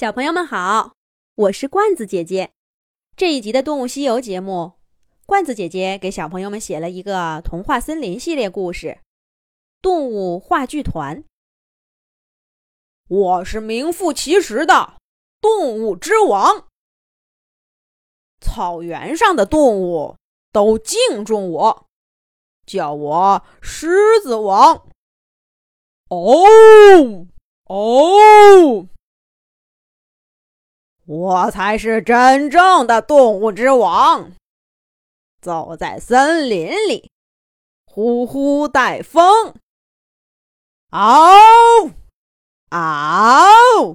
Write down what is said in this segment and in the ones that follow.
小朋友们好，我是罐子姐姐。这一集的《动物西游》节目，罐子姐姐给小朋友们写了一个童话森林系列故事《动物话剧团》。 我是名副其实的动物之王，草原上的动物都敬重我，叫我狮子王。哦哦，我才是真正的动物之王，走在森林里，呼呼带风。嗷嗷！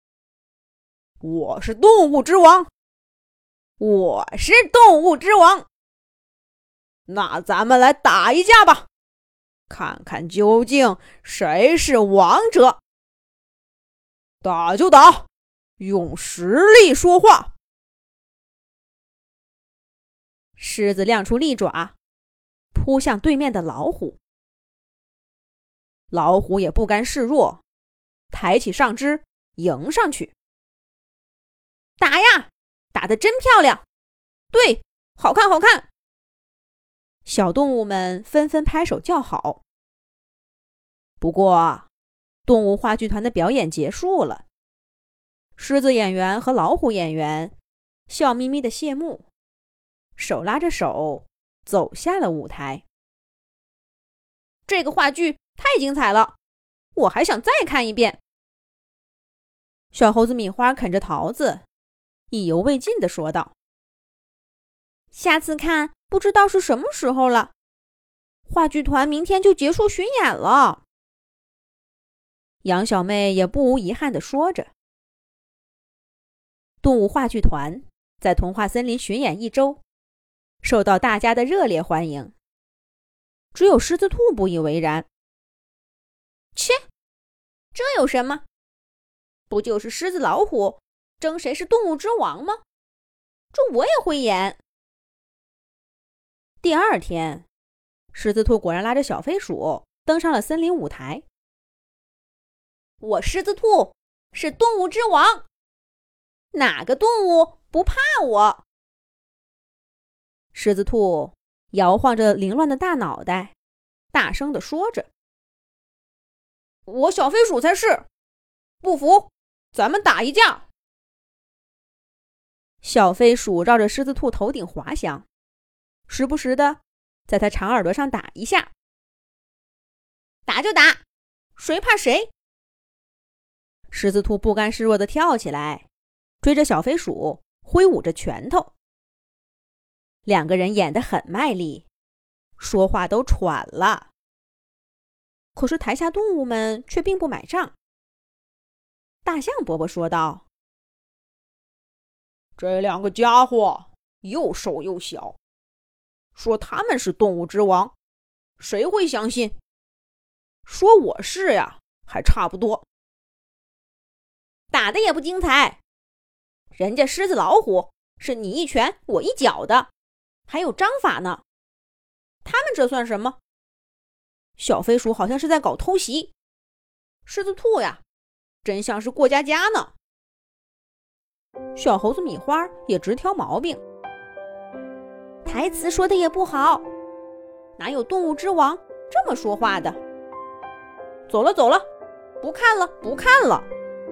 我是动物之王，我是动物之王。那咱们来打一架吧，看看究竟谁是王者。打就打，用实力说话。 狮子亮出利爪，扑向对面的老虎。老虎也不甘示弱，抬起上肢迎上去。打呀，打得真漂亮！对，好看好看！小动物们纷纷拍手叫好。不过，动物话剧团的表演结束了。狮子演员和老虎演员笑眯眯的谢幕，手拉着手走下了舞台。这个话剧太精彩了，我还想再看一遍。小猴子米花啃着桃子，意犹未尽地说道：下次看不知道是什么时候了，话剧团明天就结束巡演了。杨小妹也不无遗憾地说着。动物话剧团在童话森林巡演1周，受到大家的热烈欢迎。只有狮子兔不以为然。切，这有什么？不就是狮子老虎争谁是动物之王吗？这我也会演。第二天，狮子兔果然拉着小飞鼠登上了森林舞台。我狮子兔是动物之王，哪个动物不怕我？狮子兔摇晃着凌乱的大脑袋，大声地说着：我小飞鼠才是，不服咱们打一架。小飞鼠绕着狮子兔头顶滑翔，时不时的在它长耳朵上打一下。打就打，谁怕谁？狮子兔不甘示弱地跳起来，追着小飞鼠，挥舞着拳头。两个人演得很卖力，说话都喘了。可是台下动物们却并不买账。大象伯伯说道： 这两个家伙又瘦又小，说他们是动物之王，谁会相信？说我是呀，还差不多。 打的也不精彩，人家狮子老虎是你一拳我一脚的，还有章法呢，他们这算什么？小飞鼠好像是在搞偷袭，狮子兔呀，真像是过家家呢。小猴子米花也直挑毛病，台词说的也不好，哪有动物之王这么说话的？走了走了，不看了不看了。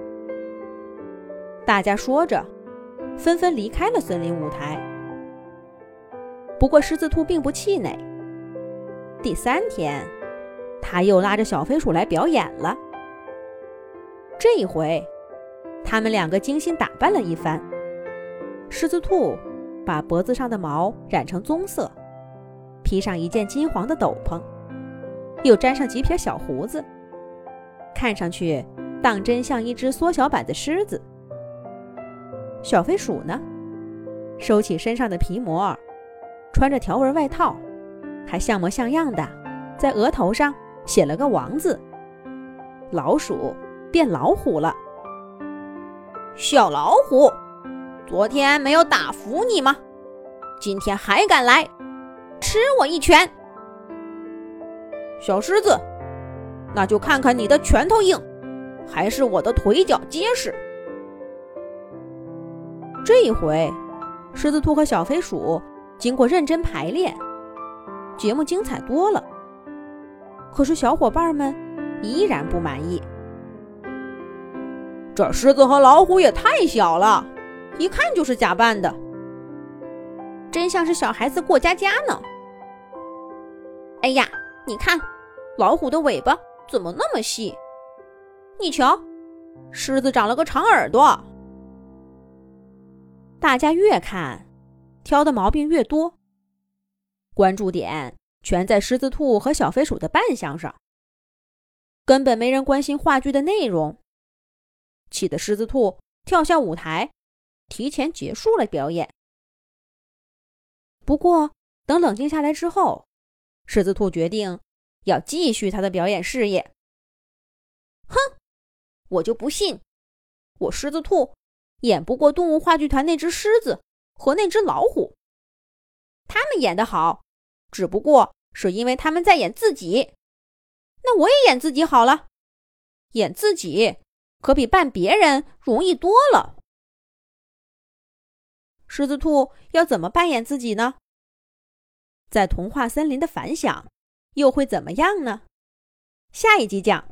大家说着，纷纷离开了森林舞台。不过狮子兔并不气馁。第3天，他又拉着小飞鼠来表演了。这一回，他们两个精心打扮了一番。狮子兔把脖子上的毛染成棕色，披上一件金黄的斗篷，又粘上几撇小胡子，看上去当真像一只缩小版的狮子。小飞鼠呢，收起身上的皮膜，穿着条纹外套，还像模像样的在额头上写了个王字。老鼠变老虎了。小老虎，昨天没有打服你吗？今天还敢来，吃我一拳。小狮子，那就看看你的拳头硬，还是我的腿脚结实。 这一回，狮子兔和小飞鼠经过认真排练，节目精彩多了。可是小伙伴们依然不满意。 这狮子和老虎也太小了，一看就是假扮的， 真像是小孩子过家家呢。哎呀，你看，老虎的尾巴怎么那么细？你瞧，狮子长了个长耳朵。大家越看，挑的毛病越多，关注点全在狮子兔和小飞鼠的扮相上，根本没人关心话剧的内容，气得狮子兔跳下舞台，提前结束了表演。不过等冷静下来之后，狮子兔决定要继续他的表演事业。哼，我就不信我狮子兔演不过动物话剧团那只狮子和那只老虎。他们演得好，只不过是因为他们在演自己。那我也演自己好了，演自己可比扮别人容易多了。狮子兔要怎么扮演自己呢？在童话森林的反响又会怎么样呢？下一集讲。